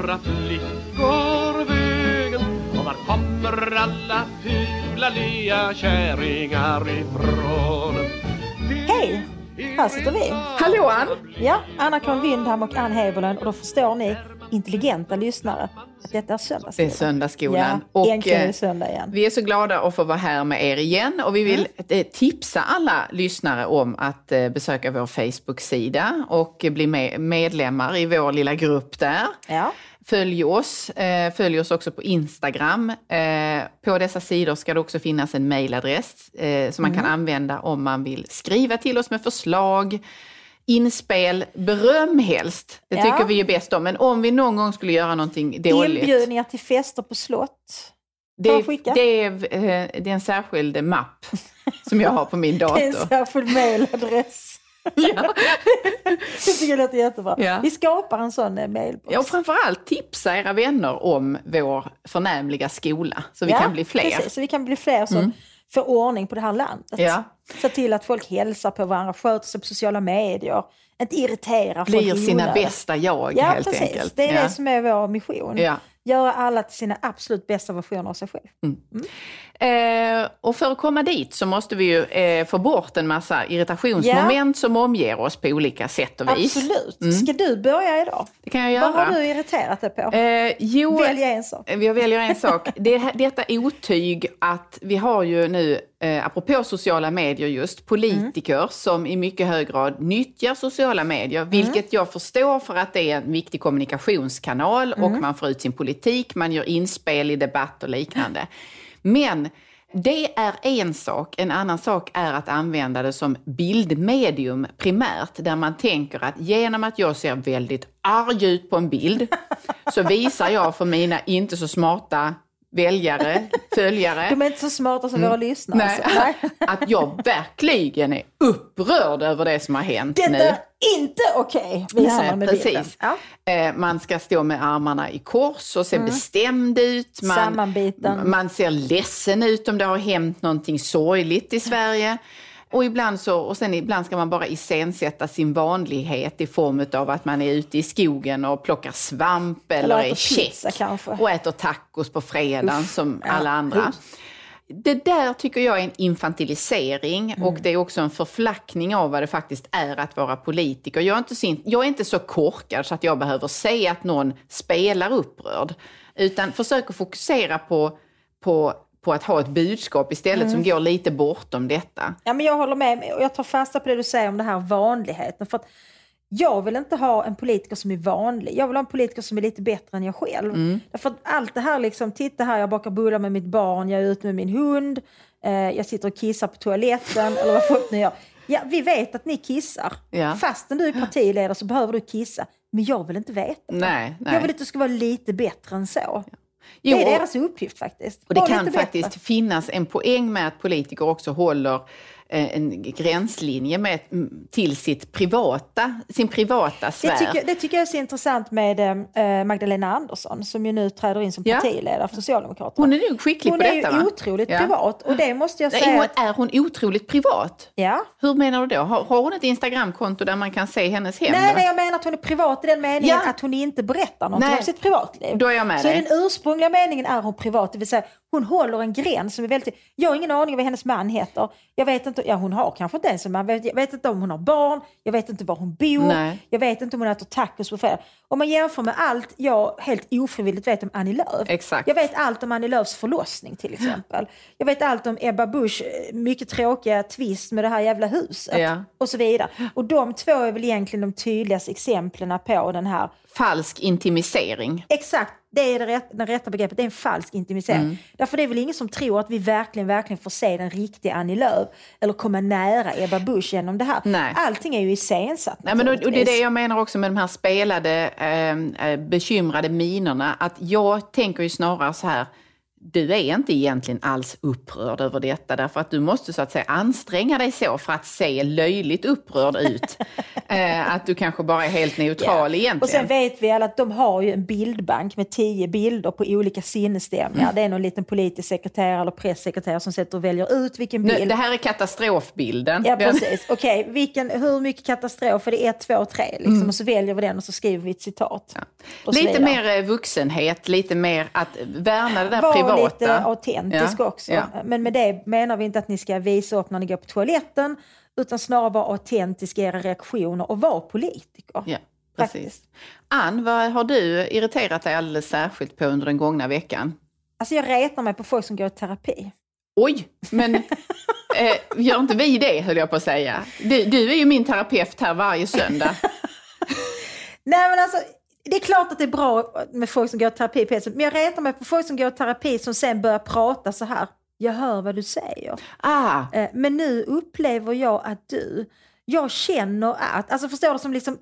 stora flickor vägen? Och var kommer alla fula lea kärringar ifrån? Hej, här sitter vi. Hallå Ann! Ja, Anna-Karin Windham och Ann Heberlund. Och då förstår ni, intelligenta lyssnare, att detta är söndagsskolan. Det är söndagsskolan. Ja, och äntligen är det söndag igen. Vi är så glada att få vara här med er igen. Och vi vill tipsa alla lyssnare om att besöka vår Facebook-sida och bli medlemmar i vår lilla grupp där. Ja. Följ oss också på Instagram. På dessa sidor ska det också finnas en mejladress som man kan använda om man vill skriva till oss med förslag, inspel, beröm helst. Det tycker vi är bäst om. Men om vi någon gång skulle göra någonting dåligt. Inbjudningar till fester på slott. Det är en särskild mapp som jag har på min dator. Det är en särskild mejladress. Ja. Det tycker jag låter jättebra. Ja. Vi skapar en sån mejlbox. Ja, och framförallt tipsa era vänner om vår förnämliga skola. Så vi kan bli fler. Precis, så vi kan bli fler som får ordning på det här landet. Ja. Se till att folk hälsar på varandra, sköter sig på sociala medier. Inte irritera folk. Blir sina bästa jag helt precis. enkelt. Det är det som är vår mission. Ja. Göra alla till sina absolut bästa versioner av sig själv. Och för att komma dit så måste vi ju få bort en massa irritationsmoment som omger oss på olika sätt och vis. Absolut. Ska du börja idag? Det kan jag göra. Vad har du irriterat dig på? Välj en sak. Jag väljer en sak. Detta otyg att vi har ju nu, apropå sociala medier just, politiker som i mycket hög grad nyttjar sociala medier, vilket jag förstår för att det är en viktig kommunikationskanal och man får ut sin politik, man gör inspel i debatt och liknande. Men det är en sak. En annan sak är att använda det som bildmedium primärt, där man tänker att genom att jag ser väldigt arg ut på en bild så visar jag för mina inte så smarta följare. De är inte så smarta som våra lyssnare. Nej, alltså. att jag verkligen är upprörd över det som har hänt Detta nu. är inte okej, visar man med bilden. Precis. Ja. Man ska stå med armarna i kors och se bestämd ut. Sammanbiten. Man ser ledsen ut om det har hänt någonting sorgligt i Sverige. Och ibland ska man bara iscensätta sin vanlighet i form av att man är ute i skogen och plockar svamp eller är check och äter tacos på fredagen som alla andra. Det där tycker jag är en infantilisering och det är också en förflackning av vad det faktiskt är att vara politiker. Jag är inte så korkad så att jag behöver se att någon spelar upprörd, utan försöker fokusera på att ha ett budskap istället som går lite bortom detta. Ja, men jag håller med och jag tar fasta på det du säger om det här vanligheten. För att jag vill inte ha en politiker som är vanlig. Jag vill ha en politiker som är lite bättre än jag själv. Därför att allt det här liksom, titta här, jag bakar bullar med mitt barn, jag är ute med min hund, jag sitter och kissar på toaletten eller vad folk nu gör. Ja, vi vet att ni kissar. Ja. Fastän du är partiledare så behöver du kissa. Men jag vill inte veta det. Nej. Jag vill att du ska vara lite bättre än så. Ja. Jo, det är deras uppgift faktiskt. Och det kan faktiskt finnas en poäng med att politiker också håller en gränslinje till sin privata sfär. Det tycker jag är så intressant med Magdalena Andersson som ju nu träder in som partiledare för Socialdemokraterna. Hon är nog skicklig på detta. Hon är ju otroligt privat och det måste jag säga. Är hon otroligt privat? Ja. Hur menar du då? Har hon ett Instagramkonto där man kan se hennes hem? Nej, jag menar att hon är privat i den meningen att hon inte berättar något om sitt privatliv. Då är jag med så i den ursprungliga meningen är hon privat, det vill säga hon håller en gräns som är väldigt... Jag har ingen aning om vad hennes man heter. Jag vet inte, hon har kanske inte ens en man. Jag vet inte om hon har barn. Jag vet inte var hon bor. Nej. Jag vet inte om hon äter tacos på fredag. Om man jämför med allt jag helt ofrivilligt vet om Annie Lööf. Exakt. Jag vet allt om Annie Lööfs förlossning till exempel. Jag vet allt om Ebba Busch mycket tråkiga twist med det här jävla huset. Och så vidare. Och de två är väl egentligen de tydligaste exemplen på den här... falsk intimisering. Exakt. Det är det rätta begreppet. Det är en falsk intimisering. Därför det är väl ingen som tror att vi verkligen får se den riktiga Annie Lööf eller komma nära Ebba Busch genom det här. Nej. Allting är ju iscensatt. Nej, men och det är det jag menar också med de här spelade, bekymrade minerna. Att jag tänker ju snarare så här, du är inte egentligen alls upprörd över detta, därför att du måste så att säga anstränga dig så för att se löjligt upprörd ut. Att du kanske bara är helt neutral egentligen. Och sen vet vi alla att de har ju en bildbank med 10 bilder på olika sinnesstämningar. Det är någon liten politisk sekreterare eller pressekreterare som sätter och väljer ut vilken bild. Det här är katastrofbilden. Ja, precis. Okej, hur mycket katastrof? För det är 1, 2, 3 liksom. Och så väljer vi den och så skriver vi ett citat. Ja. Lite mer vuxenhet, lite mer att värna det där privata. Lite autentisk också. Ja. Men med det menar vi inte att ni ska visa upp när ni går på toaletten, utan snarare vara autentiska i era reaktioner och vara politiker. Ja, precis. Ann, vad har du irriterat dig alldeles särskilt på under den gångna veckan? Alltså jag retar mig på folk som går i terapi. Oj, men gör inte vi det, höll jag på att säga. Du är ju min terapeut här varje söndag. Nej, men alltså, det är klart att det är bra med folk som går i terapi, men jag retar mig på folk som går i terapi som sen börjar prata så här. Jag hör vad du säger. Men nu upplever jag att jag känner att, alltså förstår du, som liksom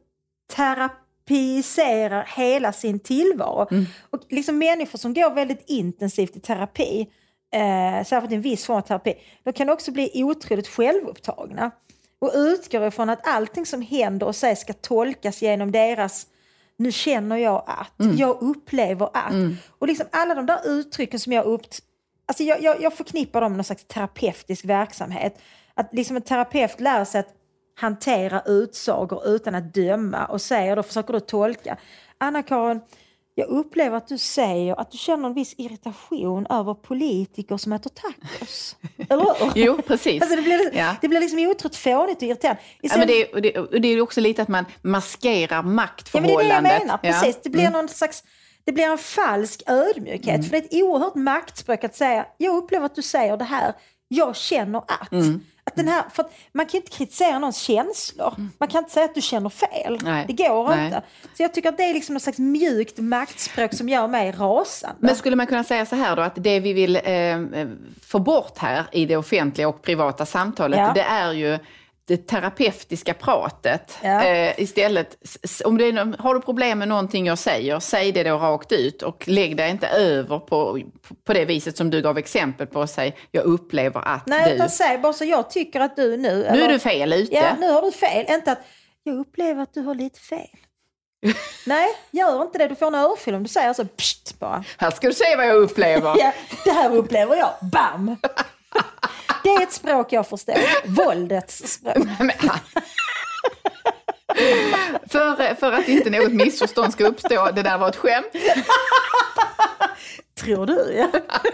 terapiserar hela sin tillvaro. Och liksom människor som går väldigt intensivt i terapi, särskilt en viss form av terapi, de kan också bli otroligt självupptagna och utgår ifrån att allting som händer och sägs ska tolkas genom deras nu känner jag att, jag upplever att. Och liksom alla de där uttrycken som alltså jag förknippar dem med någon slags terapeutisk verksamhet. Att liksom en terapeut lär sig att hantera utsagor utan att döma och säger då, försöker då tolka. Anna-Karin, jag upplever att du säger att du känner en viss irritation över politiker som äter tacos. Eller hur? Jo, precis. Alltså det blir liksom otroligt fånigt och irriterande. Men det är också lite att man maskerar maktförhållandet. Ja, men det är det jag menar, precis. Det blir någon slags... Det blir en falsk ödmjukhet. För det är ett oerhört maktspråk att säga, jag upplever att du säger det här, jag känner att. För att man kan inte kritisera någons känslor. Man kan inte säga att du känner fel. Nej. Det går inte. Så jag tycker att det är liksom något slags mjukt maktspråk som gör mig rasande. Men skulle man kunna säga så här då, att det vi vill få bort här i det offentliga och privata samtalet, det är ju det terapeutiska pratet. Istället, om har du problem med någonting jag säger, säg det då rakt ut och lägg dig inte över på det viset som du gav exempel på och säg, jag upplever att Nej, utan säg bara så, jag tycker att du nu... Nu är du fel ute. Ja, nu har du fel. Inte att, jag upplever att du har lite fel. Nej, gör inte det. Du får en örfil om du säger så, pst bara. Här ska du se vad jag upplever. Ja, det här upplever jag. Bam! Det är ett språk jag förstår. Våldets språk. För att inte något missförstånd ska uppstå, det där var ett skämt. Tror du, ja.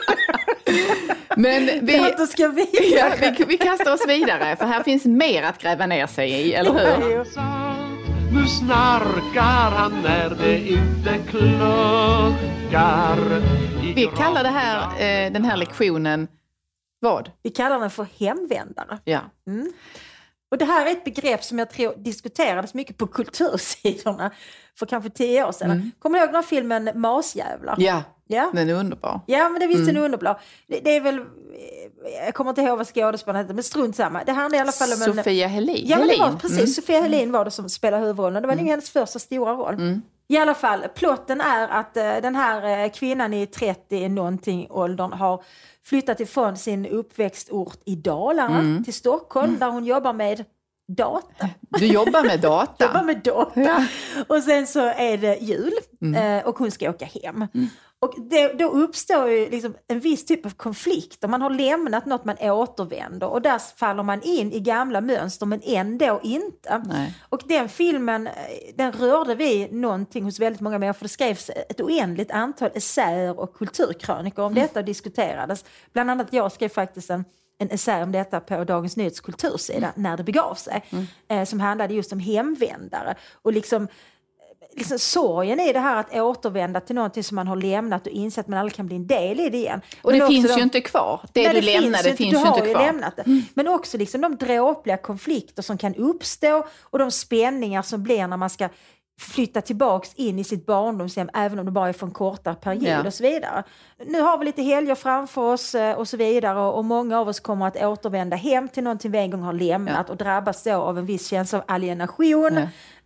Men vi kastar oss vidare, för här finns mer att gräva ner sig i, eller hur? Nu snarkar han när det inte kluckar. Vi kallar det här, den här lektionen vad? Vi kallar den för hemvändare. Ja. Och det här är ett begrepp som jag tror diskuterades mycket på kultursidorna för kanske 10 år sedan. Kommer du ihåg den här filmen Masjävlar? Ja, den är underbar. Ja, men det visst är underbar. Det är väl, jag kommer inte ihåg vad skådespelaren heter, men strunt samma. Det handlar i alla fall om Sofia Helin. Ja, men det var precis. Sofia Helin var det som spelade huvudrollen. Det var nog hennes första stora roll. I alla fall, plotten är att den här kvinnan i 30-någonting åldern har flyttat ifrån sin uppväxtort i Dalarna till Stockholm där hon jobbar med data. Du jobbar med data? Jag jobbar med data. Ja. Och sen så är det jul och hon ska åka hem. Och då uppstår ju liksom en viss typ av konflikt. Om man har lämnat något, man återvänder. Och där faller man in i gamla mönster, men ändå inte. Nej. Och den filmen, den rörde vi någonting hos väldigt många människor. Det skrevs ett oändligt antal essäer och kulturkrönikor om detta diskuterades. Bland annat jag skrev faktiskt en essä om detta på Dagens Nyhets kultursida när det begav sig. Som handlade just om hemvändare. Och liksom sorgen i det här att återvända till någonting som man har lämnat och insett att man aldrig kan bli en del i det igen. Och det finns ju inte kvar. Det du lämnade finns ju inte kvar. Lämnat det. Men också liksom de dråpliga konflikter som kan uppstå och de spänningar som blir när man ska flytta tillbaks in i sitt barndomshem även om det bara är för en kortare period och så vidare. Nu har vi lite helger framför oss och så vidare och många av oss kommer att återvända hem till någonting vi en gång har lämnat och drabbas då av en viss känsla av alienation.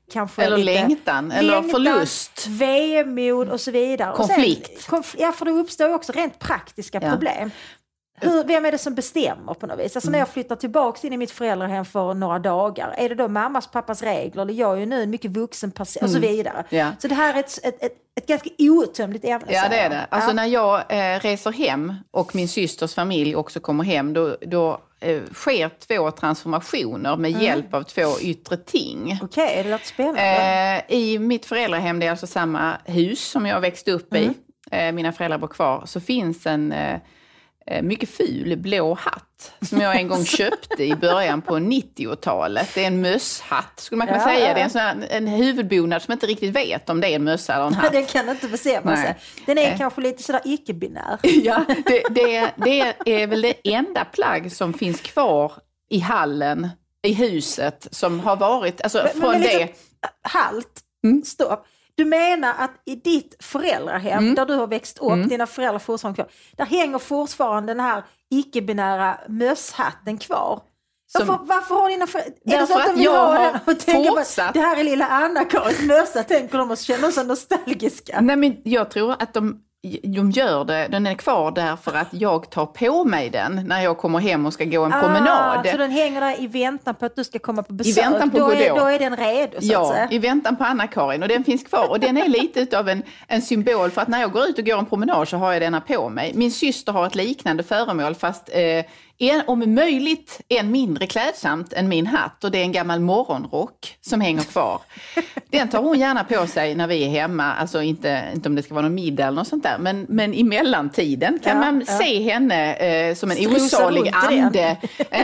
kanske eller lite längtan, eller förlust. Vemod och så vidare. Konflikt. Och sen, för det uppstår ju också rent praktiska problem. Vem är det som bestämmer på något vis? Alltså när jag flyttar tillbaka in i mitt föräldrahem för några dagar, är det då mammas, pappas regler? Eller jag är ju nu en mycket vuxen person och så vidare. Ja. Så det här är ett ganska outtömligt ämne. Ja, det är det. Alltså när jag reser hem och min systers familj också kommer hem, då sker 2 transformationer med hjälp av 2 yttre ting. Okej, det låter spännande. I mitt föräldrahem, det är alltså samma hus som jag växte upp i, mina föräldrar bor kvar, så finns en mycket ful blå hatt som jag en gång köpte i början på 90-talet. Det är en mösshatt, skulle man kunna säga. Det är en huvudbonad som inte riktigt vet om det är en mössa eller en hatt. Den kan inte bestämma sig. Den är kanske lite sådär icke-binär. Ja, det är väl det enda plagg som finns kvar i hallen, i huset, som har varit, alltså från men liksom, det. Halt, stopp. Du menar att i ditt föräldrahem, där du har växt upp, dina föräldrar fortfarande kvar, där hänger fortfarande den här icke-binära mösshatten kvar? Varför har dina föräldrar... Därför att jag har fortsatt... Det här är lilla Anna-Karins mössa, tänker de och känner sig nostalgiska. Nej, men jag tror att de gör det, den är kvar därför att jag tar på mig den när jag kommer hem och ska gå en promenad. Så den hänger där i väntan på att du ska komma på besök? I väntan på då är den redo, så att säga. I väntan på Anna-Karin, och den finns kvar. Och den är lite utav en symbol för att när jag går ut och går en promenad så har jag denna på mig. Min syster har ett liknande föremål, fast om möjligt en mindre klädsamt än min hatt, och det är en gammal morgonrock som hänger kvar. Den tar hon gärna på sig när vi är hemma, alltså inte om det ska vara någon middag eller något sånt där, men i mellantiden kan man se henne som en osalig ande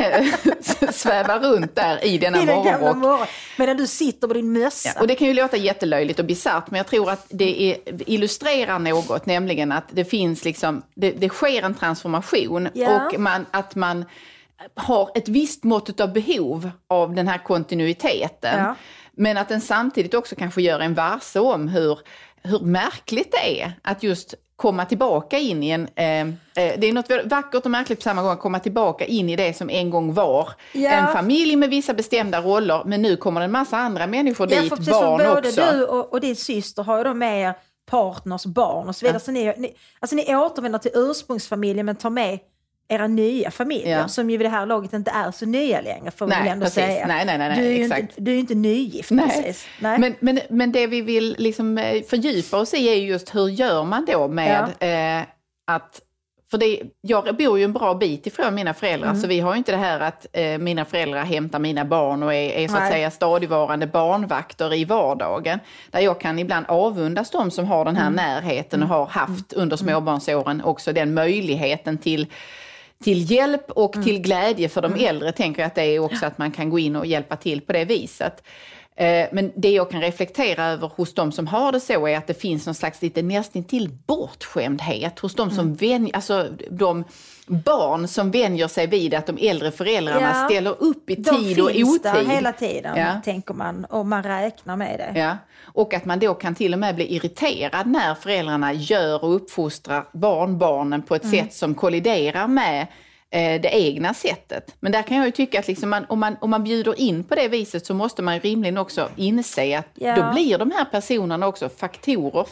sväva runt där i denna morgonrock. Medan du sitter på din mössa. Ja, och det kan ju låta jättelöjligt och bisarrt, men jag tror att det illustrerar något, nämligen att det finns liksom, det sker en transformation och att man har ett visst mått av behov av den här kontinuiteten. Ja. Men att den samtidigt också kanske gör en varse om hur märkligt det är att just komma tillbaka in i en... det är något vackert och märkligt på samma gång att komma tillbaka in i det som en gång var en familj med vissa bestämda roller, men nu kommer en massa andra människor dit, för barn både också. Du och din syster har ju då med er partners barn och så vidare. Så ni återvänder till ursprungsfamiljen men tar med era nya familjer som ju vid det här laget inte är så nya längre, får vi ändå säga. Nej, du är ju inte nygift precis. Nej. Men det vi vill liksom fördjupa oss i är just hur gör man då med att... För jag bor ju en bra bit ifrån mina föräldrar, så vi har ju inte det här att mina föräldrar hämtar mina barn och är så att säga stadigvarande barnvakter i vardagen. Där jag kan ibland avundas dem som har den här närheten och har haft under småbarnsåren också den möjligheten till hjälp och till glädje för de äldre. Tänker jag att det är också att man kan gå in och hjälpa till på det viset. Men det jag kan reflektera över hos de som har det så är att det finns någon slags lite nästan till bortskämdhet hos de som alltså de barn som vänjer sig vid att de äldre föräldrarna ställer upp i tid och otid. De finns där hela tiden, tänker man, och man räknar med det. Ja. Och att man då kan till och med bli irriterad när föräldrarna gör och uppfostrar barnen på ett sätt som kolliderar med det egna sättet. Men där kan jag ju tycka att liksom om man bjuder in på det viset så måste man ju rimligen också inse att då blir de här personerna också faktorer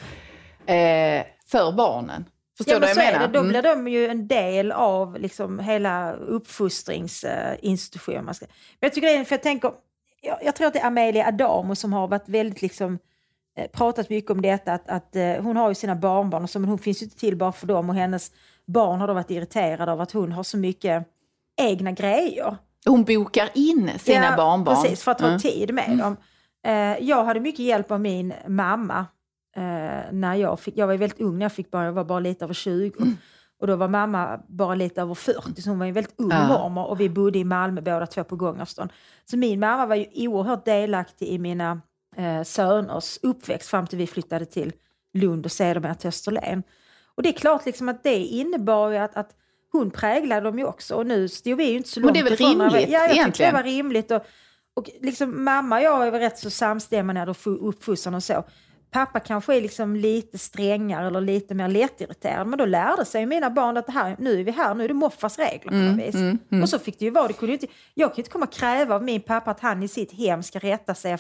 för barnen. Förstår du vad jag menar? Då blir de ju en del av liksom hela uppfostringsinstitutionen. Men jag tycker det är, för jag tror att det är Amelia Adamo som har varit väldigt liksom pratat mycket om detta, att hon har ju sina barnbarn och så, men hon finns ju inte till bara för dem, och hennes barn har då varit irriterade av att hon har så mycket egna grejer. Hon bokar in sina barnbarn. Precis, för att ha tid med dem. Jag hade mycket hjälp av min mamma när jag var väldigt ung när jag var bara lite över 20. Och då var mamma bara lite över 40, så hon var en väldigt ung mormor, och vi bodde i Malmö båda två på gångavstånd. Så min mamma var ju oerhört delaktig i mina söners uppväxt fram till vi flyttade till Lund och sedermera till Österlen. Och det är klart liksom att det innebar ju att hon präglade dem ju också. Och nu stod vi ju inte så långt ifrån. Och det är väl rimligt jag egentligen. tycker det var rimligt. Och liksom mamma och jag är väl rätt så samstämmiga när de uppfostran och så. Pappa kanske är liksom lite strängare eller lite mer lättirriterad. Men då lärde sig mina barn att nu är vi här, nu är det moffas regler på något vis. Och så fick det ju vara. Jag kunde inte komma och kräva av min pappa att han i sitt hem ska rätta sig efter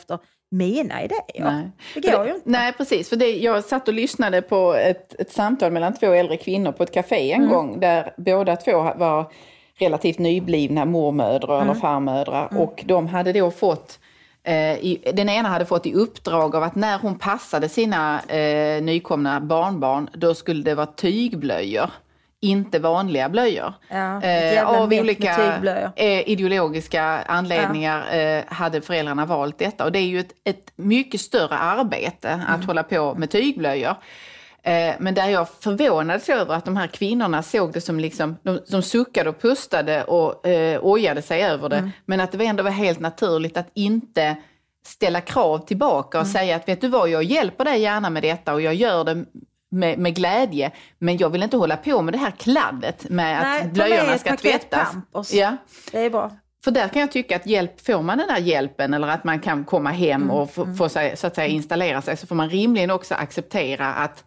mina idéer. Nej. Det går ju inte. Nej, precis. För jag satt och lyssnade på ett samtal mellan 2 äldre kvinnor på ett café en gång, där båda 2 var relativt nyblivna mormödrar eller farmödrar. Och de hade då fått, den ena hade fått i uppdrag av att när hon passade sina nykomna barnbarn, då skulle det vara tygblöjor. Inte vanliga blöjor. Ja, av olika ideologiska anledningar hade föräldrarna valt detta. Och det är ju ett mycket större arbete att hålla på med tygblöjor. Men där jag förvånades över att de här kvinnorna såg det som liksom, de suckade och pustade och ojade sig över det. Men att det ändå var helt naturligt att inte ställa krav tillbaka och säga att vet du vad, jag hjälper dig gärna med detta och jag gör det med glädje, men jag vill inte hålla på med det här kladdet med att blöjorna ska tvättas. Ja. Det är bra. För där kan jag tycka att får man den där hjälpen eller att man kan komma hem och få sig, så att säga, installera sig, så får man rimligen också acceptera att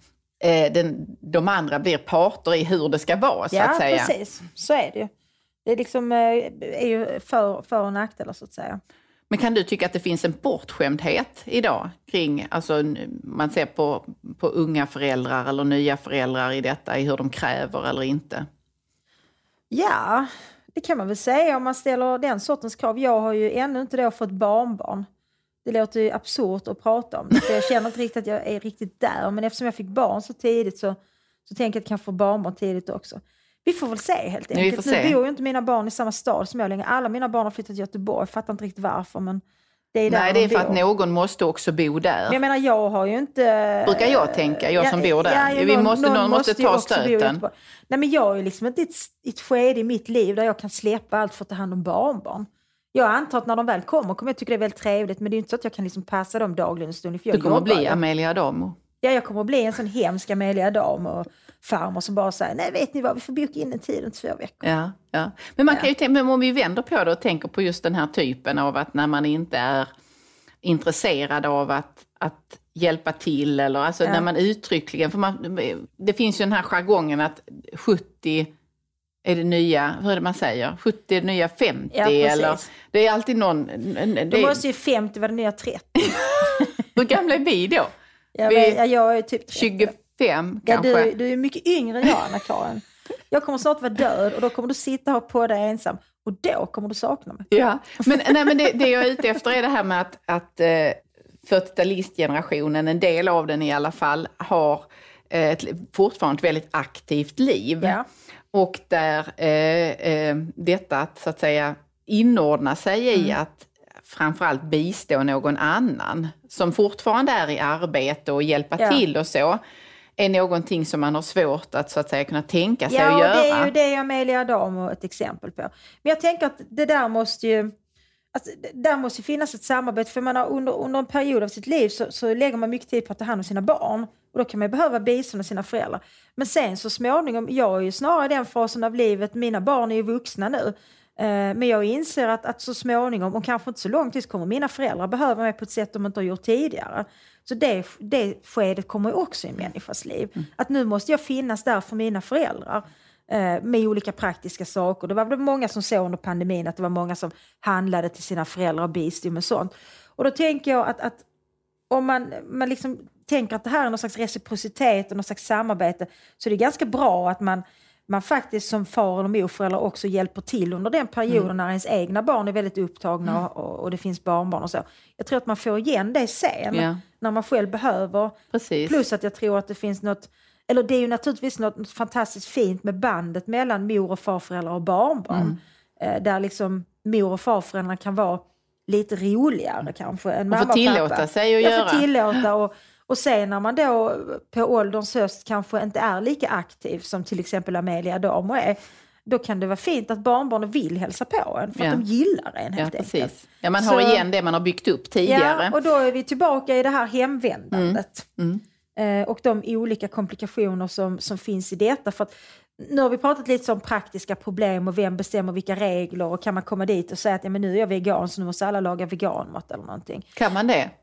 de andra blir parter i hur det ska vara, så att säga. Ja, precis. Så är det ju. Det är liksom är ju för och nackdelar, så att säga. Men kan du tycka att det finns en bortskämdhet idag kring, alltså man ser på unga föräldrar eller nya föräldrar i detta, i hur de kräver eller inte? Ja, det kan man väl säga om man ställer den sortens krav. Jag har ju ännu inte då fått barnbarn. Det låter ju absurt att prata om det, för jag känner inte riktigt att jag är riktigt där. Men eftersom jag fick barn så tidigt så tänker jag att jag kan få barnbarn tidigt också. Vi får väl se helt enkelt. Nu bor ju inte mina barn i samma stad som jag längre. Alla mina barn har flyttat till Göteborg. Jag fattar inte riktigt varför, men det är där. Nej, det är för att någon måste också bo där. Men jag menar, jag har ju inte... Brukar jag tänka, jag som bor där. Någon måste ta stöten. Nej, men jag är ju liksom inte i ett skede i mitt liv där jag kan släppa allt för att ta hand om barnbarn. Jag antar att när de väl kommer jag tycka det är väldigt trevligt, men det är inte så att jag kan liksom passa dem dagligen en stund. Du kommer att bli Amelia Adamo. Ja, jag kommer att bli en sån hemsk Amelia Adamo och farmor som bara säger, nej vet ni vad, vi får boka in en tid om 2 veckor. Ja. Men man kan ju tänka, men om vi vänder på det och tänker på just den här typen av att när man inte är intresserad av att hjälpa till, eller alltså när man uttryckligen, för det finns ju den här jargongen att 70 är det nya, hur är det man säger? 70 är det nya 50, eller det är alltid någon... Då måste ju 50 vara det nya 30. Hur gamla är vi då? Jag är typ 30. 25 kanske. Du är mycket yngre än jag, Anna-Karin. Jag kommer snart vara död och då kommer du sitta på dig ensam. Och då kommer du sakna mig. Ja, men det jag är ute efter är det här med att 40-talistgenerationen, en del av den i alla fall, har fortfarande ett väldigt aktivt liv. Ja. Och där detta att så att säga inordna sig i att framförallt bistå någon annan som fortfarande är i arbete och hjälpa till och så, är någonting som man har svårt att så att säga kunna tänka sig att göra. Ja, det är ju det Amelia Adamo ett exempel på. Men jag tänker att det där måste ju... Alltså, där måste finnas ett samarbete, för man har under en period av sitt liv så lägger man mycket tid på att ta hand om sina barn, och då kan man behöva bistå sina föräldrar. Men sen så småningom, jag är ju snarare i den fasen av livet, mina barn är ju vuxna nu, men jag inser att så småningom, och kanske inte så lång tid, kommer mina föräldrar behöva mig på ett sätt de inte har gjort tidigare. Så det skedet kommer ju också i en människas liv. Att nu måste jag finnas där för mina föräldrar. Med olika praktiska saker. Det var många som såg under pandemin att det var många som handlade till sina föräldrar och bistod med sånt. Och då tänker jag att om man liksom tänker att det här är någon slags reciprocitet och någon slags samarbete, så det är ganska bra att man faktiskt som far eller morföräldrar också hjälper till under den perioden när ens egna barn är väldigt upptagna och det finns barnbarn och så. Jag tror att man får igen det sen när man själv behöver. Precis. Plus att jag tror att det finns något, eller det är ju naturligtvis något fantastiskt fint med bandet mellan mor- och farföräldrar och barnbarn. Där liksom mor- och farföräldrar kan vara lite roligare kanske än mamma och pappa. Och få tillåta sig att göra. Få tillåta och sen när man då på ålderns höst kanske inte är lika aktiv som till exempel Amelia Adamo är, då kan det vara fint att barnbarnen vill hälsa på en för att de gillar en helt enkelt. Ja, man har igen det man har byggt upp tidigare. Ja, och då är vi tillbaka i det här hemvändandet. Och de olika komplikationer som finns i detta. För att nu har vi pratat lite om praktiska problem och vem bestämmer vilka regler, och kan man komma dit och säga att men nu är jag vegan så nu måste alla laga veganmat eller någonting. Kan man det?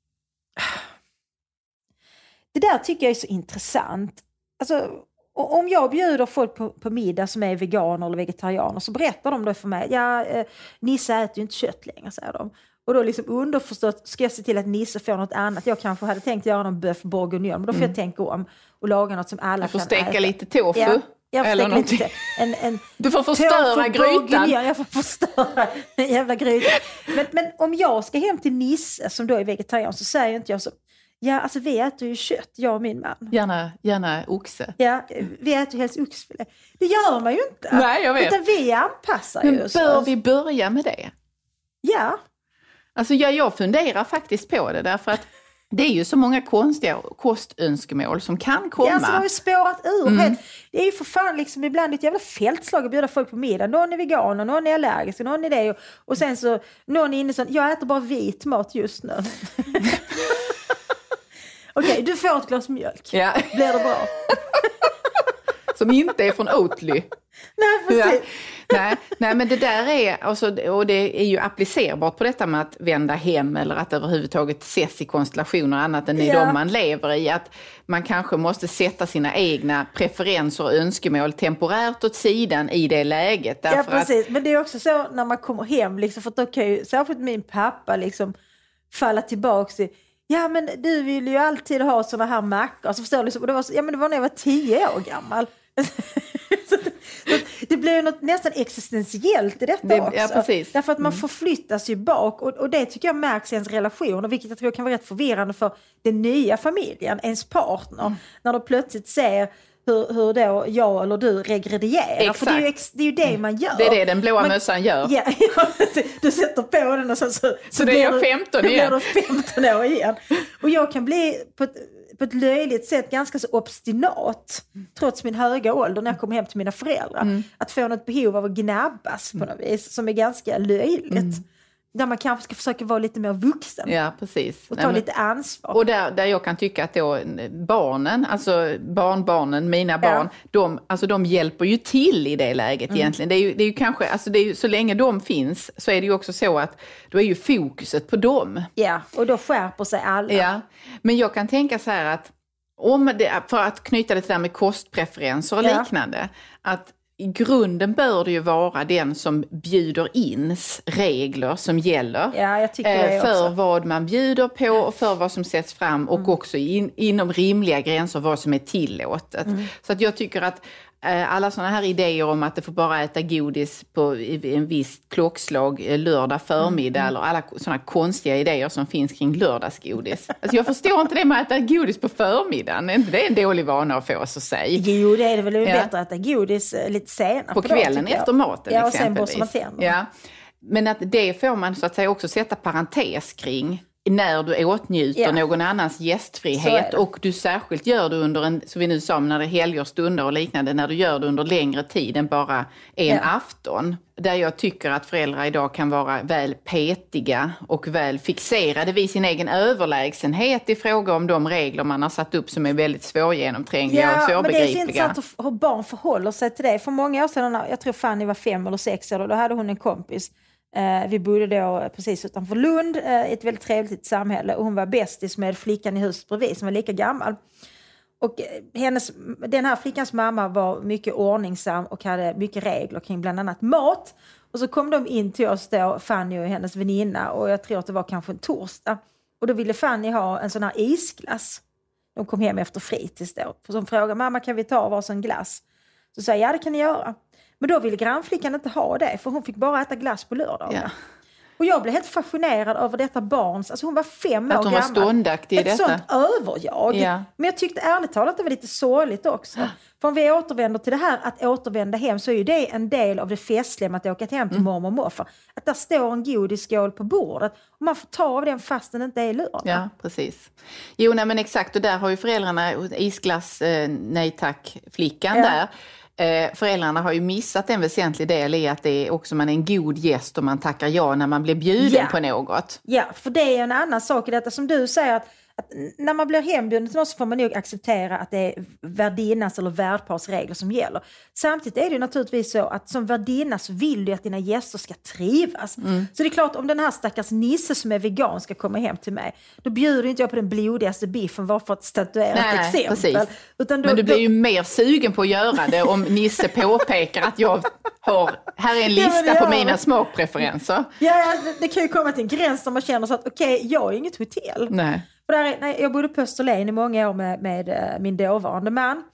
Det där tycker jag är så intressant. Alltså, om jag bjuder folk på middag som är veganer eller vegetarianer, så berättar de då för mig, Nisse äter ju inte kött längre, säger de. Och då liksom underförstått, ska jag se till att Nisse får något annat? Jag kanske hade tänkt göra någon bœuf bourguignon, men då får jag tänka om och laga något som alla kan äta. Du får steka lite tofu. Ja. Eller någonting. Du får förstöra grytan. Jag får förstöra en jävla gryta. Men om jag ska hem till Nisse som då är vegetarian, så säger inte jag så: ja, alltså vi äter ju kött, jag och min man. Gärna oxe. Ja, vi äter ju helst oxfilé. Det gör man ju inte. Nej, jag vet. Utan vi anpassar ju. Men bör vi börja med det? Ja. Alltså jag funderar faktiskt på det, därför att det är ju så många konstiga kostönskemål som kan komma. Ja, så har ju spårat ur. Det är ju för fan liksom ibland ett jävla fältslag att bjuda folk på middag. Någon är vegan och någon är allergisk och någon är det. Och sen så, någon är inne så, jag äter bara vit mat just nu. Okej, du får ett glas mjölk. Ja. Blir det bra? Som inte är från Oatly. Nej, precis. Ja. Nej, men det där är, alltså, och det är ju applicerbart på detta med att vända hem eller att överhuvudtaget ses i konstellationer annat än i de man lever i. Att man kanske måste sätta sina egna preferenser och önskemål temporärt åt sidan i det läget. Ja, precis. Men det är också så när man kommer hem, liksom, för då kan ju särskilt min pappa liksom falla tillbaka i, ja men du vill ju alltid ha såna här mackor. Så förstår du, liksom, och det var, ja men det var när jag var 10 år gammal. så det blir ju något nästan existentiellt i detta också. Ja, precis. Därför att man förflyttas ju bak. Och det tycker jag märks i ens relationer, vilket jag tror kan vara rätt förvirrande för den nya familjen, ens partner. När de plötsligt ser hur då jag eller du regredierar. Exakt. För det är ju det man gör. Det är det den blåa mössan gör. Ja, du sätter på den och så det är 15 igen. Blir du 15 år igen. Och jag kan bli på ett löjligt sätt ganska så obstinat, trots min höga ålder, när jag kommer hem till mina föräldrar. Att få något behov av att gnabbas på något vis, som är ganska löjligt. Där man kanske ska försöka vara lite mer vuxen. Ja, precis. Och ta lite ansvar. Och där jag kan tycka att då barnen, alltså barnbarnen, mina barn, de hjälper ju till i det läget egentligen. Det är ju kanske, alltså det är ju, så länge de finns så är det ju också så att då är ju fokuset på dem. Ja, och då skärper sig alla. Ja, men jag kan tänka så här att för att knyta det till det där med kostpreferenser och liknande, att i grunden bör det ju vara den som bjuder ins regler som gäller. Ja, jag tycker det för också. vad man bjuder på och för vad som sätts fram och också inom rimliga gränser vad som är tillåtet. Så att jag tycker att alla sådana här idéer om att det får bara äta godis på en viss klockslag lördag förmiddag eller alla sådana konstiga idéer som finns kring lördagsgodis. Alltså jag förstår inte det med att äta godis på förmiddagen. Är inte det en dålig vana att få oss att säga? Jo, det är väl bättre att äta godis lite senare. På kvällen efter maten exempelvis. exempelvis. Ja, och sen borstar man tänderna. Ja. Men att det får man så att säga också sätta parentes kring när du åtnjuter någon annans gästfrihet, och du särskilt gör det under som vi nu sa, när det är helger, stunder och liknande, när du gör det under längre tid än bara en afton. Där jag tycker att föräldrar idag kan vara väl petiga och väl fixerade vid sin egen överlägsenhet i fråga om de regler man har satt upp som är väldigt svårgenomträngliga och svårbegripliga. Men det är så intressant hur barn förhåller sig till det. För många år sedan, jag tror Fanny var 5 eller 6 år, då hade hon en kompis. Vi bodde då precis utanför Lund, ett väldigt trevligt samhälle, och hon var bästis med flickan i huset bredvid som var lika gammal. Och den här flickans mamma var mycket ordningsam och hade mycket regler kring bland annat mat. Och så kom de in till oss då, Fanny och hennes väninna, och jag tror att det var kanske en torsdag. Och då ville Fanny ha en sån här isglass. De kom hem efter fritids då. Så de frågade, mamma kan vi ta varsin glass? Så sa jag, ja det kan ni göra. Men då ville grannflickan inte ha det, för hon fick bara äta glass på lördagar. Ja. Och jag blev helt fascinerad över detta barns, alltså hon var 5 år gammal. Att hon var ståndaktig i detta. Ett sånt överjag. Ja. Men jag tyckte ärligt talat att det var lite sorgligt också. För om vi återvänder till det här att återvända hem, så är ju det en del av det festliga med att åka hem till mormor och morfar. Att där står en godisskål på bordet och man får ta av den fast den inte är lördag. Ja, precis. Jo, nej, men exakt. Och där har ju föräldrarna isglass, nej tack, flickan där. Föräldrarna har ju missat en väsentlig del i att det är också man är en god gäst och man tackar ja när man blir bjuden på något. Ja, för det är en annan sak i detta som du säger, att när man blir hembjuden så får man nog acceptera att det är värdinnas eller värdpars regler som gäller. Samtidigt är det ju naturligtvis så att som värdinna så vill du att dina gäster ska trivas. Så det är klart, om den här stackars Nisse som är vegan ska komma hem till mig, då bjuder inte jag på den blodigaste biffen bara för att statuera ett exempel. Utan men du blir ju mer sugen på att göra det om Nisse påpekar att här är en lista på mina smakpreferenser. Ja, det kan ju komma till en gräns där man känner så att okej, jag är inget hotell. Nej. Jag bodde på Österlen i många år med min dåvarande man.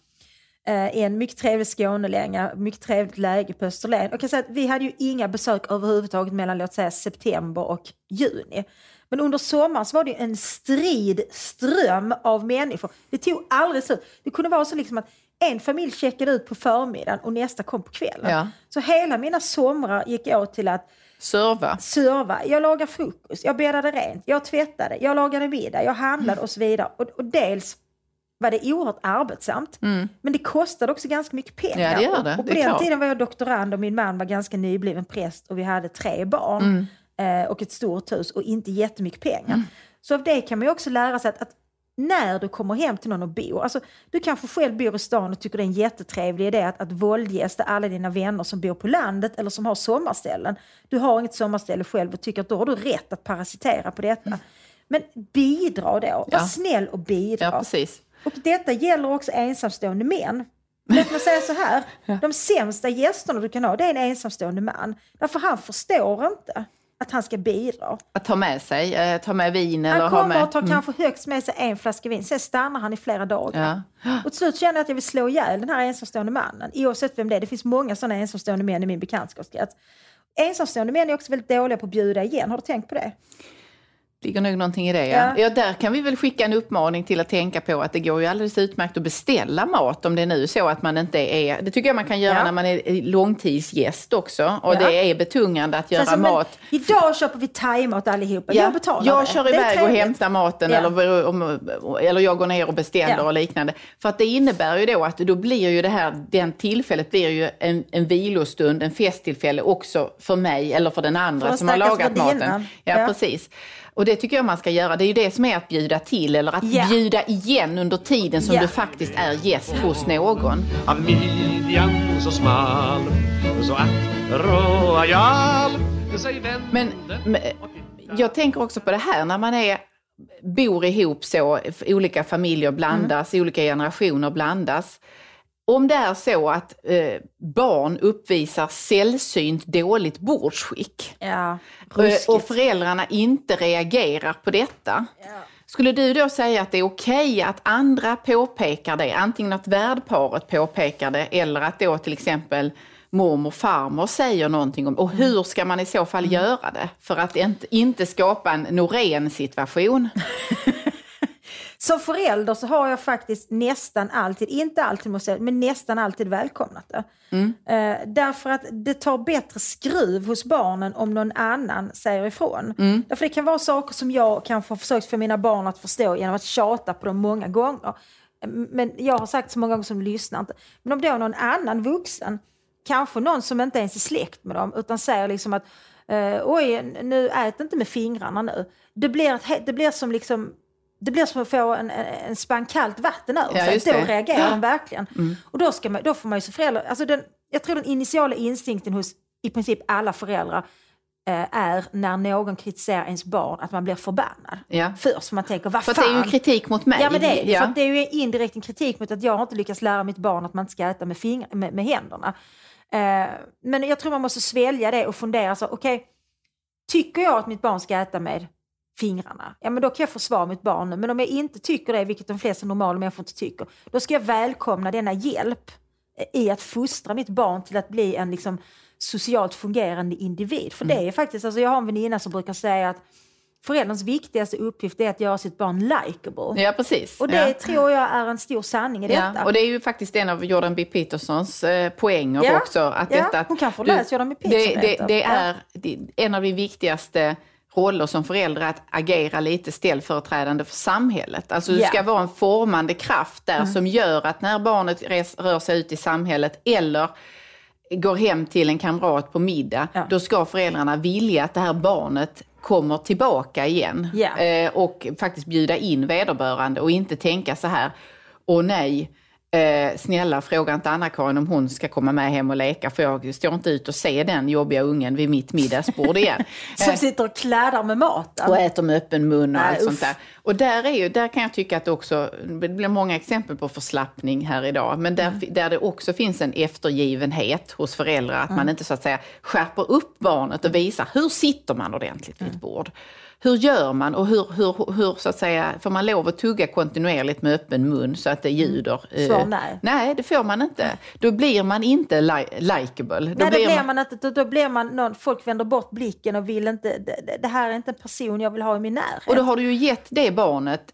I en mycket trevlig Skånelänga, mycket trevligt läge på Österlen. Och jag kan säga att vi hade ju inga besök överhuvudtaget mellan, låt säga, september och juni. Men under sommaren så var det ju en ström av människor. Det tog aldrig slut. Det kunde vara så liksom att en familj checkade ut på förmiddagen och nästa kom på kvällen. Ja. Så hela mina somrar gick åt till att serva. Jag lagade frukost, jag bäddade rent, jag tvättade, jag lagade middag, jag handlade och så vidare. Och dels var det oerhört arbetsamt. Men det kostade också ganska mycket pengar. Ja, det gör det. Och på den tiden var jag doktorand och min man var ganska nybliven präst och vi hade 3 barn och ett stort hus och inte jättemycket pengar. Så av det kan man ju också lära sig att när du kommer hem till någon och bor, alltså du kanske själv bor i stan och tycker det är en jättetrevlig idé att våldgästa alla dina vänner som bor på landet eller som har sommarställen. Du har inget sommarställe själv och tycker att då har du rätt att parasitera på detta. Men bidra då, var snäll och bidra. Ja, precis. Och detta gäller också ensamstående män. Låt mig säga så här, de sämsta gästerna du kan ha, det är en ensamstående man. Därför han förstår inte att han ska bidra. Att ta med sig, ta med vin eller han ha med... Han kommer att ta kanske högst med sig 1 flaska vin. Sen stannar han i flera dagar. Ja. Och till slut känner jag att jag vill slå ihjäl den här ensamstående mannen. Oavsett vem det är. Det finns många sådana ensamstående män i min bekantskapskrets. Ensamstående män är också väldigt dåliga på att bjuda igen. Har du tänkt på det? Ligger nog någonting i det, ja. Där kan vi väl skicka en uppmaning till att tänka på att det går ju alldeles utmärkt att beställa mat om det är nu så att man inte är... Det tycker jag man kan göra när man är långtidsgäst också. Och det är betungande att göra mat. Idag köper vi thai-mat allihopa. Ja. Jag betalar jag kör iväg och hämtar maten eller jag går ner och beställer och liknande. För att det innebär ju då att då blir ju det här, den tillfället blir ju en vilostund, en festtillfälle också för mig eller för den andra som har lagat maten. Ja, precis. Och det tycker jag man ska göra. Det är ju det som är att bjuda till eller att bjuda igen under tiden som du faktiskt är gäst hos någon. Av midjan så smal, så ack royal. Men jag tänker också på det här när man bor ihop så, olika familjer blandas, olika generationer blandas. Om det är så att barn uppvisar sällsynt dåligt bordsskick och föräldrarna inte reagerar på detta, skulle du då säga att det är okej att andra påpekar det? Antingen att värdparet påpekar det eller att då till exempel mormor och farmor säger någonting om. Och hur ska man i så fall göra det för att inte skapa en Norén-situation? Som förälder så har jag faktiskt nästan alltid, inte alltid måste jag, men nästan alltid välkomnat det. Därför att det tar bättre skruv hos barnen om någon annan säger ifrån. Därför det kan vara saker som jag kanske har försökt för mina barn att förstå genom att tjata på dem många gånger. Men jag har sagt så många gånger som de lyssnar inte. Men om då någon annan vuxen, kanske någon som inte ens är släkt med dem, utan säger liksom att oj, nu ät inte med fingrarna nu. Det blir som liksom... Det blir som att få en spann kallt vatten över sig. Då reagerar de verkligen. Och då får man ju som förälder... Alltså jag tror den initiala instinkten hos i princip alla föräldrar är när någon kritiserar ens barn att man blir förbannad. Först man tänker, vad fan? För det är ju kritik mot mig. Ja, men för det är ju indirekt en kritik mot att jag har inte lyckats lära mitt barn att man inte ska äta med händerna. Men jag tror man måste svälja det och fundera så, okej, tycker jag att mitt barn ska äta med fingrarna? Ja, men då kan jag försvara mitt barn nu. Men om jag inte tycker det, vilket de flesta normala människor inte tycker, då ska jag välkomna denna hjälp i att fostra mitt barn till att bli en liksom socialt fungerande individ. För det är faktiskt, alltså jag har en väninna som brukar säga att förälderns viktigaste uppgift är att göra sitt barn likeable. Ja, precis. Och det tror jag är en stor sanning i detta. Och det är ju faktiskt en av Jordan B. Petersons poänger också. Att hon kan få läsa Jordan B. Peterson. Det är en av de viktigaste roller som föräldrar att agera lite ställföreträdande för samhället. Alltså du ska vara en formande kraft där som gör att när barnet rör sig ut i samhället eller går hem till en kamrat på middag, då ska föräldrarna vilja att det här barnet kommer tillbaka igen. Yeah. Och faktiskt bjuda in vederbörande och inte tänka så här, åh nej, snälla fråga inte Anna-Karin om hon ska komma med hem och leka, för jag står inte ut och ser den jobbiga ungen vid mitt middagsbord igen. Som sitter och klädar med maten. Och äter med öppen mun och allt sånt där. Och där kan jag tycka att det blir många exempel på förslappning här idag. Men där det också finns en eftergivenhet hos föräldrar. Att man inte så att säga skärper upp barnet och visar hur sitter man ordentligt vid ett bord. Hur gör man och hur så att säga, får man lov att tugga kontinuerligt med öppen mun så att det ljuder? Svar nej. Nej, det får man inte. Då blir man inte likeable. Då blir man någon, folk vänder bort blicken och vill inte, det här är inte en person jag vill ha i min närhet. Och då har du ju gett det barnet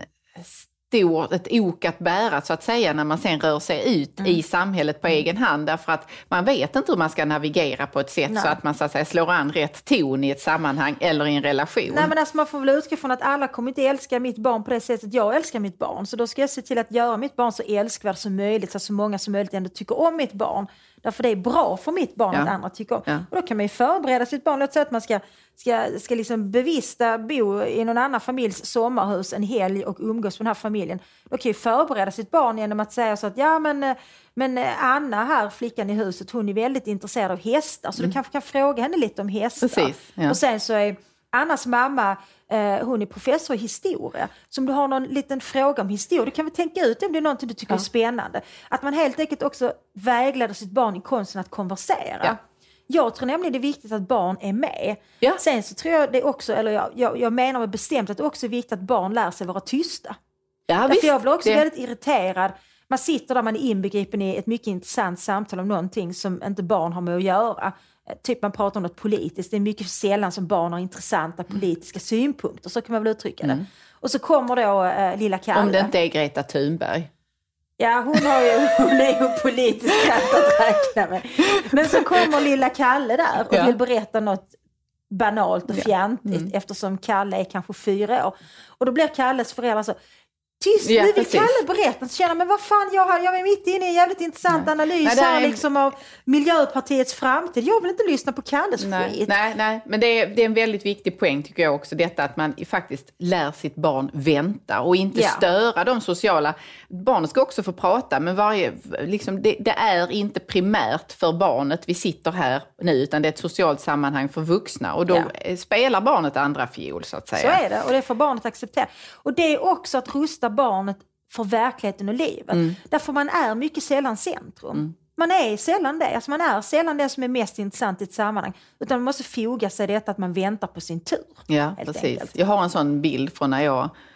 ett ok att bära så att säga när man sen rör sig ut i samhället på egen hand, därför att man vet inte hur man ska navigera på ett sätt så att man så att säga slår an rätt ton i ett sammanhang eller i en relation. Nej, men alltså man får väl utgå från att alla kommer inte älska mitt barn på det sättet jag älskar mitt barn, så då ska jag se till att göra mitt barn så älskvärd som möjligt så att så många som möjligt ändå tycker om mitt barn. Därför det är bra för mitt barn att andra tycker om. Ja. Och då kan man ju förbereda sitt barn. Låt säga att man ska liksom bo i någon annan familjs sommarhus en helg och umgås med den här familjen. Då kan ju förbereda sitt barn genom att säga så att men Anna här, flickan i huset, hon är väldigt intresserad av hästar. Så du kanske kan fråga henne lite om hästar. Precis, ja. Och sen så är Annas mamma, hon är professor i historia. Så om du har någon liten fråga om historia, du kan väl tänka ut om det är någonting du tycker är spännande. Att man helt enkelt också vägleder sitt barn i konsten att konversera. Ja. Jag tror nämligen det är viktigt att barn är med. Ja. Sen så tror jag det också, eller jag menar med bestämt att det också är viktigt att barn lär sig vara tysta. Ja, visst, jag blir också väldigt irriterad. Man sitter där, man är inbegripen i ett mycket intressant samtal om någonting som inte barn har med att göra. Typ man pratar om något politiskt. Det är mycket sällan som barn har intressanta politiska synpunkter. Så kan man väl uttrycka det. Och så kommer då lilla Kalle. Om det inte är Greta Thunberg. Ja, hon är ju politisk att räkna med. Men så kommer lilla Kalle där och vill berätta något banalt och fjantigt eftersom Kalle är kanske 4 år. Och då blir Kalles föräldrar så... Tyst, nu vill Kalle berätta. Så känner men vad fan, jag är mitt inne i en jävligt intressant analys här liksom av Miljöpartiets framtid. Jag vill inte lyssna på Kalles skit. Nej, men det är en väldigt viktig poäng tycker jag också. Detta att man faktiskt lär sitt barn vänta och inte störa de sociala. Barnet ska också få prata, men det är inte primärt för barnet vi sitter här nu, utan det är ett socialt sammanhang för vuxna. Och då spelar barnet andra fiol så att säga. Så är det, och det får barnet acceptera. Och det är också att rusta barnet för verkligheten och livet. Därför man är mycket sällan centrum. Man är sällan det. Alltså man är sällan det som är mest intressant i ett sammanhang. Utan man måste foga sig detta att man väntar på sin tur. Ja, precis. Enkelt. Jag har en sån bild från när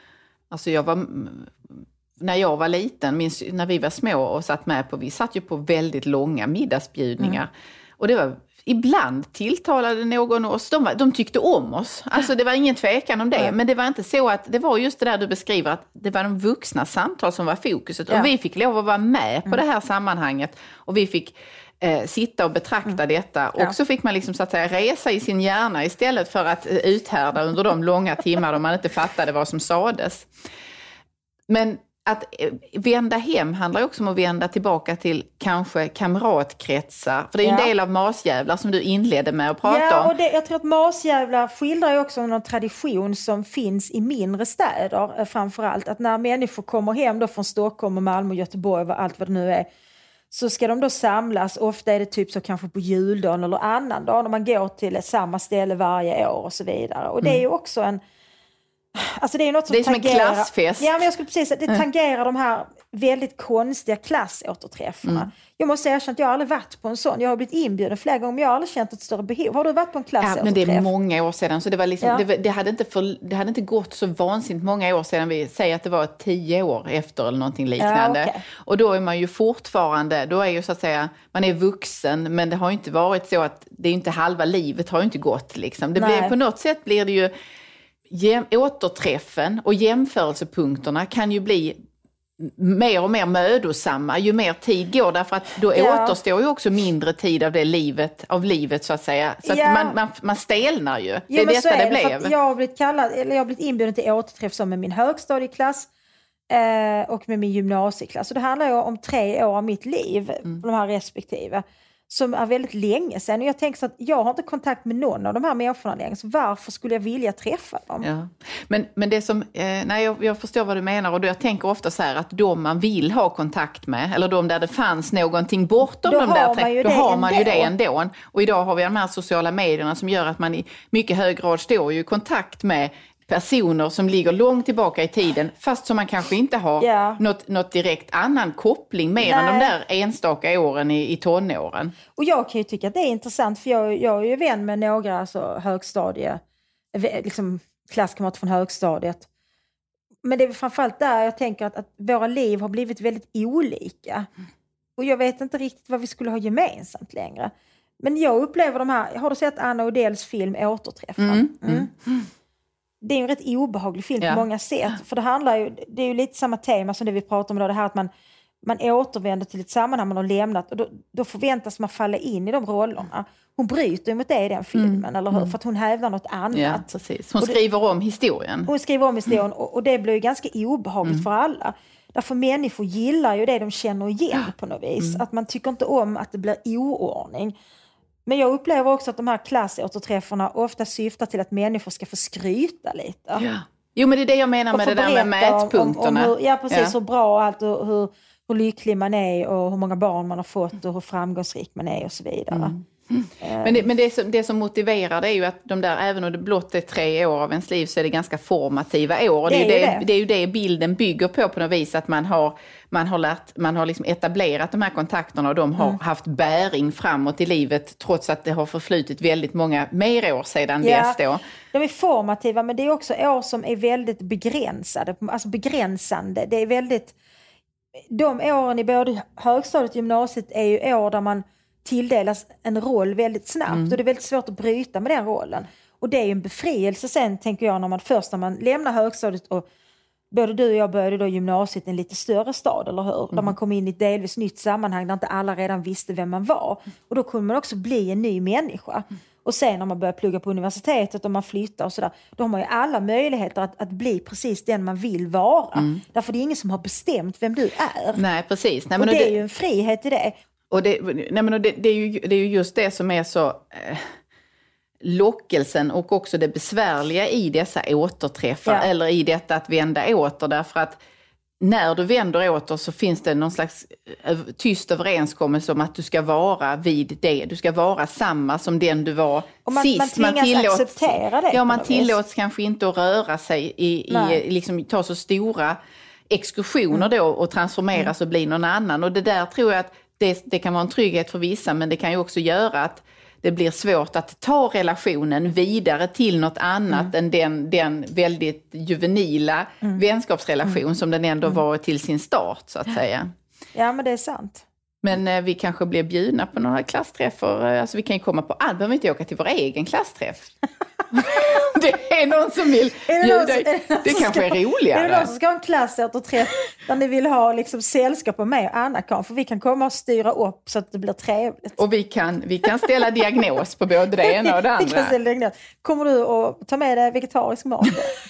jag var liten, när vi var små och vi satt ju på väldigt långa middagsbjudningar. Och det var... Ibland tilltalade någon oss, de tyckte om oss. Alltså det var ingen tvekan om det. Men det var inte så att, det var just det där du beskriver att det var de vuxna samtal som var fokuset. Och vi fick lov att vara med på det här sammanhanget. Och vi fick sitta och betrakta detta. Och så fick man liksom så att säga resa i sin hjärna istället för att uthärda under de långa timmar då man inte fattade vad som sades. Men att vända hem handlar också om att vända tillbaka till kanske kamratkretsar. För det är ju en del av masjävlar som du inledde med att prata om. Och jag tror att masjävlar skildrar ju också någon tradition som finns i mindre städer framförallt. Att när människor kommer hem då från Stockholm och Malmö och Göteborg och allt vad det nu är, så ska de då samlas. Ofta är det typ så kanske på juldagen eller annan dag när man går till samma ställe varje år och så vidare. Och det är ju också en... Alltså det är något som det är tangerar, som en klassfest. Ja, men jag skulle precis säga, det tangerar de här väldigt konstiga klassåterträffarna. Jag måste erkänna att jag har aldrig varit på en sån. Jag har blivit inbjuden flera gånger, men jag har aldrig känt ett större behov. Har du varit på en klassåterträff? Ja, men det är många år sedan. Så det var liksom, det hade inte gått så vansinnigt många år sedan. Vi säger att det var 10 år efter eller någonting liknande. Ja, okay. Och då är man ju fortfarande, då är ju så att säga, man är vuxen, men det har ju inte varit så att det är inte halva livet har ju inte gått liksom. Det blir, på något sätt blir det ju återträffen och jämförelsepunkterna kan ju bli mer och mer mödosamma ju mer tid går, därför att då återstår ju också mindre tid av det livet så att säga, så att man stelnar ju. Det är detta det blev. Jag har blivit inbjuden till återträff som med min högstadieklass och med min gymnasieklass, och det handlar ju om 3 år av mitt liv på de här respektive. som är väldigt länge sedan. Och jag tänker så att jag har inte kontakt med någon av de här människorna längre. Så varför skulle jag vilja träffa dem? Ja. Men det som, jag förstår vad du menar, och jag tänker ofta så här att de man vill ha kontakt med, eller de där det fanns någonting bortom de där, då har man ju det ändå. Och idag har vi de här sociala medierna som gör att man i mycket hög grad står i kontakt med personer som ligger långt tillbaka i tiden, fast som man kanske inte har något direkt annan koppling mer än de där enstaka åren i tonåren. Och jag kan ju tycka att det är intressant, för jag är ju vän med några liksom klasskamrater från högstadiet. Men det är framförallt där jag tänker att våra liv har blivit väldigt olika. Och jag vet inte riktigt vad vi skulle ha gemensamt längre. Men jag upplever de här, har du sett Anna Odells film Återträffar? Det är ju en rätt obehaglig film på många sätt. För det är ju lite samma tema som det vi pratar om idag. Det här att man återvänder till ett sammanhang man har lämnat. Och då förväntas man falla in i de rollerna. Hon bryter ju mot det i den filmen, eller hur? För att hon hävdar något annat. Ja, precis. Hon skriver om historien. Hon skriver om historien och det blir ju ganska obehagligt för alla. Därför människor gillar ju det de känner igen på något vis. Att man tycker inte om att det blir oordning. Men jag upplever också att de här klassåterträffarna ofta syftar till att människor ska få skryta lite. Ja. Jo, men det är det jag menar med det där med mätpunkterna. Hur bra och allt, och hur lycklig man är och hur många barn man har fått och hur framgångsrik man är och så vidare. Men det som motiverar det är ju att de där, även om det blott är 3 år av ens liv, så är det ganska formativa år. Det är ju det bilden bygger på något vis, att man har liksom etablerat de här kontakterna och de har haft bäring framåt i livet, trots att det har förflutit väldigt många mer år sedan dess då. De är formativa, men det är också år som är väldigt begränsade, alltså begränsande. Det är väldigt, de åren i både högstadiet och gymnasiet är ju år där man tilldelas en roll väldigt snabbt och det är väldigt svårt att bryta med den rollen. Och det är ju en befrielse sen, tänker jag, när man lämnar högstadiet, och både du och jag började då gymnasiet i en lite större stad, eller hur? Där man kom in i ett delvis nytt sammanhang där inte alla redan visste vem man var. Och då kunde man också bli en ny människa. Och sen när man börjar plugga på universitetet och man flyttar och sådär, då har man ju alla möjligheter att bli precis den man vill vara. Därför det är ingen som har bestämt vem du är. Nej, precis. Nej, men och det är ju en frihet i det. Och det är ju just det som är så lockelsen och också det besvärliga i dessa återträffar, eller i detta att vända åter, därför att när du vänder åter så finns det någon slags tyst överenskommelse om att du ska vara vid det. Du ska vara samma som den du var sist. Man tvingas acceptera det. Ja, man tillåts kanske inte att röra sig liksom ta så stora exkursioner då och transformeras och bli någon annan. Och det där tror jag att det kan vara en trygghet för vissa, men det kan ju också göra att det blir svårt att ta relationen vidare till något annat än den väldigt juvenila vänskapsrelation som den ändå var till sin start, så att säga. Ja, men det är sant. Men vi kanske blir bjudna på några klassträffar. Alltså vi kan ju komma på allt, behöver inte åka till vår egen klassträff. Det är någon som vill bjuda. Det kanske är roligare. Är det någon som ska ha en klassåterträff där ni vill ha liksom sällskap med mig och Anna kan? För vi kan komma och styra upp så att det blir trevligt. Och vi kan ställa diagnos på både det ena och det andra. Vi kan ställa diagnos. Kommer du att ta med dig vegetarisk mat?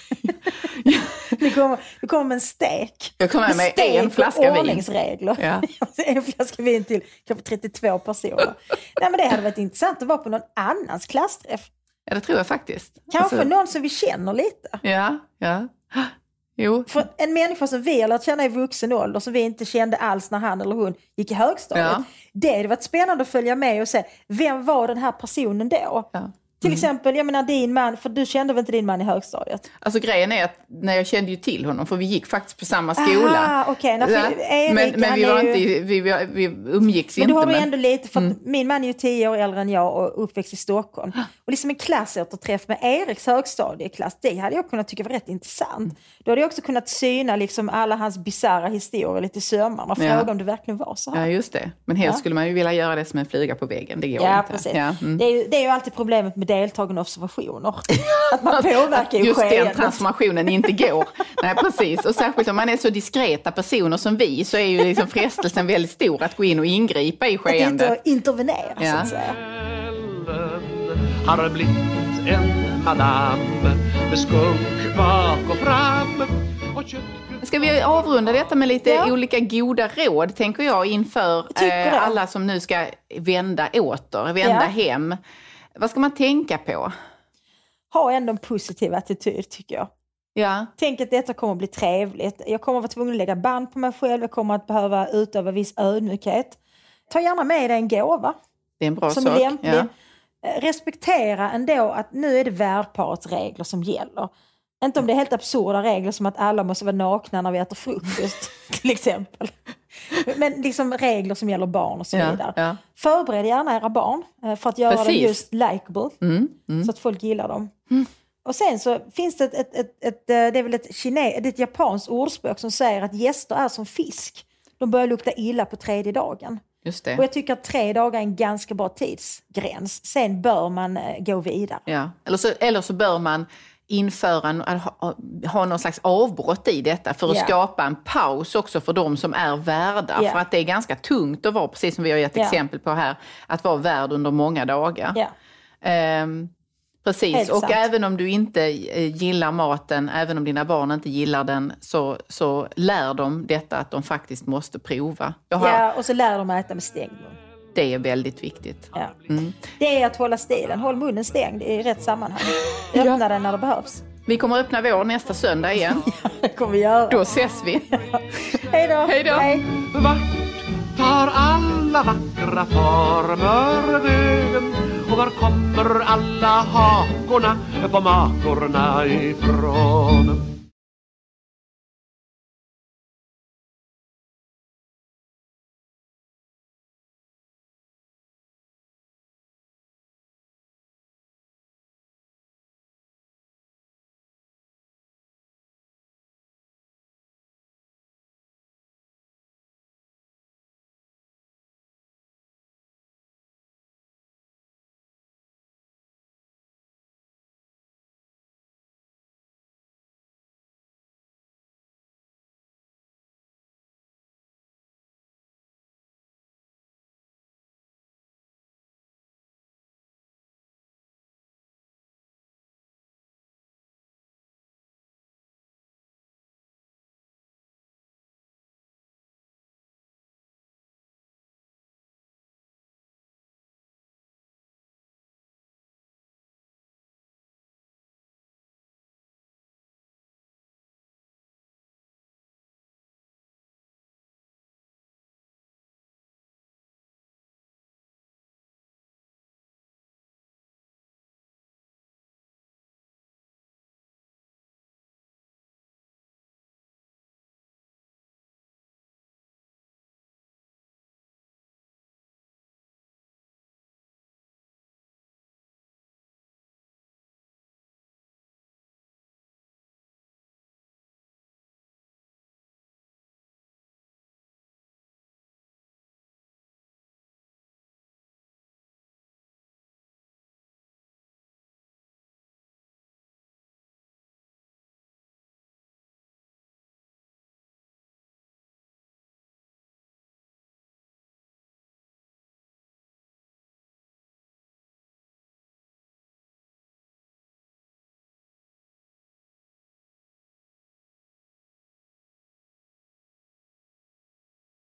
Vi kommer med en stek. Jag kommer med en flaska vin. Ordningsregler. Ja. En flaska vin till kanske 32 personer. Nej, men det hade varit intressant att vara på någon annans klassträff. Ja, det tror jag faktiskt. Kanske någon som vi känner lite. Ja. Jo. För en människa som vi har lärt känna i vuxen ålder, som vi inte kände alls när han eller hon gick i högstadiet. Ja. Det hade varit spännande att följa med och se, vem var den här personen då? Ja. Till exempel, jag menar din man, för du kände väl inte din man i högstadiet? Alltså grejen är att när jag kände ju till honom, för vi gick faktiskt på samma skola. Okej. Men vi umgicks inte. Men då har du ändå lite, för min man är ju 10 år äldre än jag och uppväxt i Stockholm. Och liksom en klassåterträff med Eriks högstadieklass, det hade jag kunnat tycka var rätt intressant. Då hade jag också kunnat syna liksom alla hans bizarra historier lite i sömmarna och fråga om det verkligen var så här. Ja, just det. Men helst skulle man ju vilja göra det som en flyga på väggen. Det går inte. Precis. Ja, det är ju alltid problemet med deltagande observationer. Att man påverkar ju just skeendet. Den transformationen inte går. Nej, precis. Och särskilt om man är så diskreta personer som vi, så är ju liksom frestelsen väldigt stor att gå in och ingripa i skeendet. Att intervenera, så att säga. Har blivit en madame med skunk bak och fram och kött. Ska vi avrunda detta med lite olika goda råd, tänker jag, inför alla som nu ska vända hem. Vad ska man tänka på? Ha ändå en positiv attityd, tycker jag. Ja. Tänk att detta kommer att bli trevligt. Jag kommer att vara tvungen att lägga band på mig själv. Jag kommer att behöva utöva viss ödmjukhet. Ta gärna med dig en gåva. Det är en bra som sak. Är lämplig. Ja. Respektera ändå att nu är det värdparets regler som gäller. Inte om det är helt absurda regler som att alla måste vara nakna när vi äter frukost, till exempel. Men liksom regler som gäller barn och så vidare. Ja. Förbered gärna era barn för att göra dem just likeable. Så att folk gillar dem. Och sen så finns det det är väl ett japanskt ordspråk som säger att gäster är som fisk. De börjar lukta illa på 3:e dagen. Just det. Och jag tycker att 3 dagar är en ganska bra tidsgräns. Sen bör man gå vidare. Ja. Eller så bör man ha någon slags avbrott i detta för att skapa en paus också för de som är värda. För att det är ganska tungt att vara, precis som vi har gett exempel på här, att vara värd under många dagar. Precis, helt och sant. Även om du inte gillar maten, även om dina barn inte gillar den, så lär de detta att de faktiskt måste prova. Och så lär de att äta med stängd mun. Det är väldigt viktigt. Ja. Det är att hålla stilen. Håll munnen stängd i rätt sammanhang. Öppna den när det behövs. Vi kommer öppna vår nästa söndag igen. Ja, det kommer vi göra. Då ses vi. Hej då. Hej då. Hej. Vart tar alla vackra former vägen? Och var kommer alla hakorna på makorna ifrån?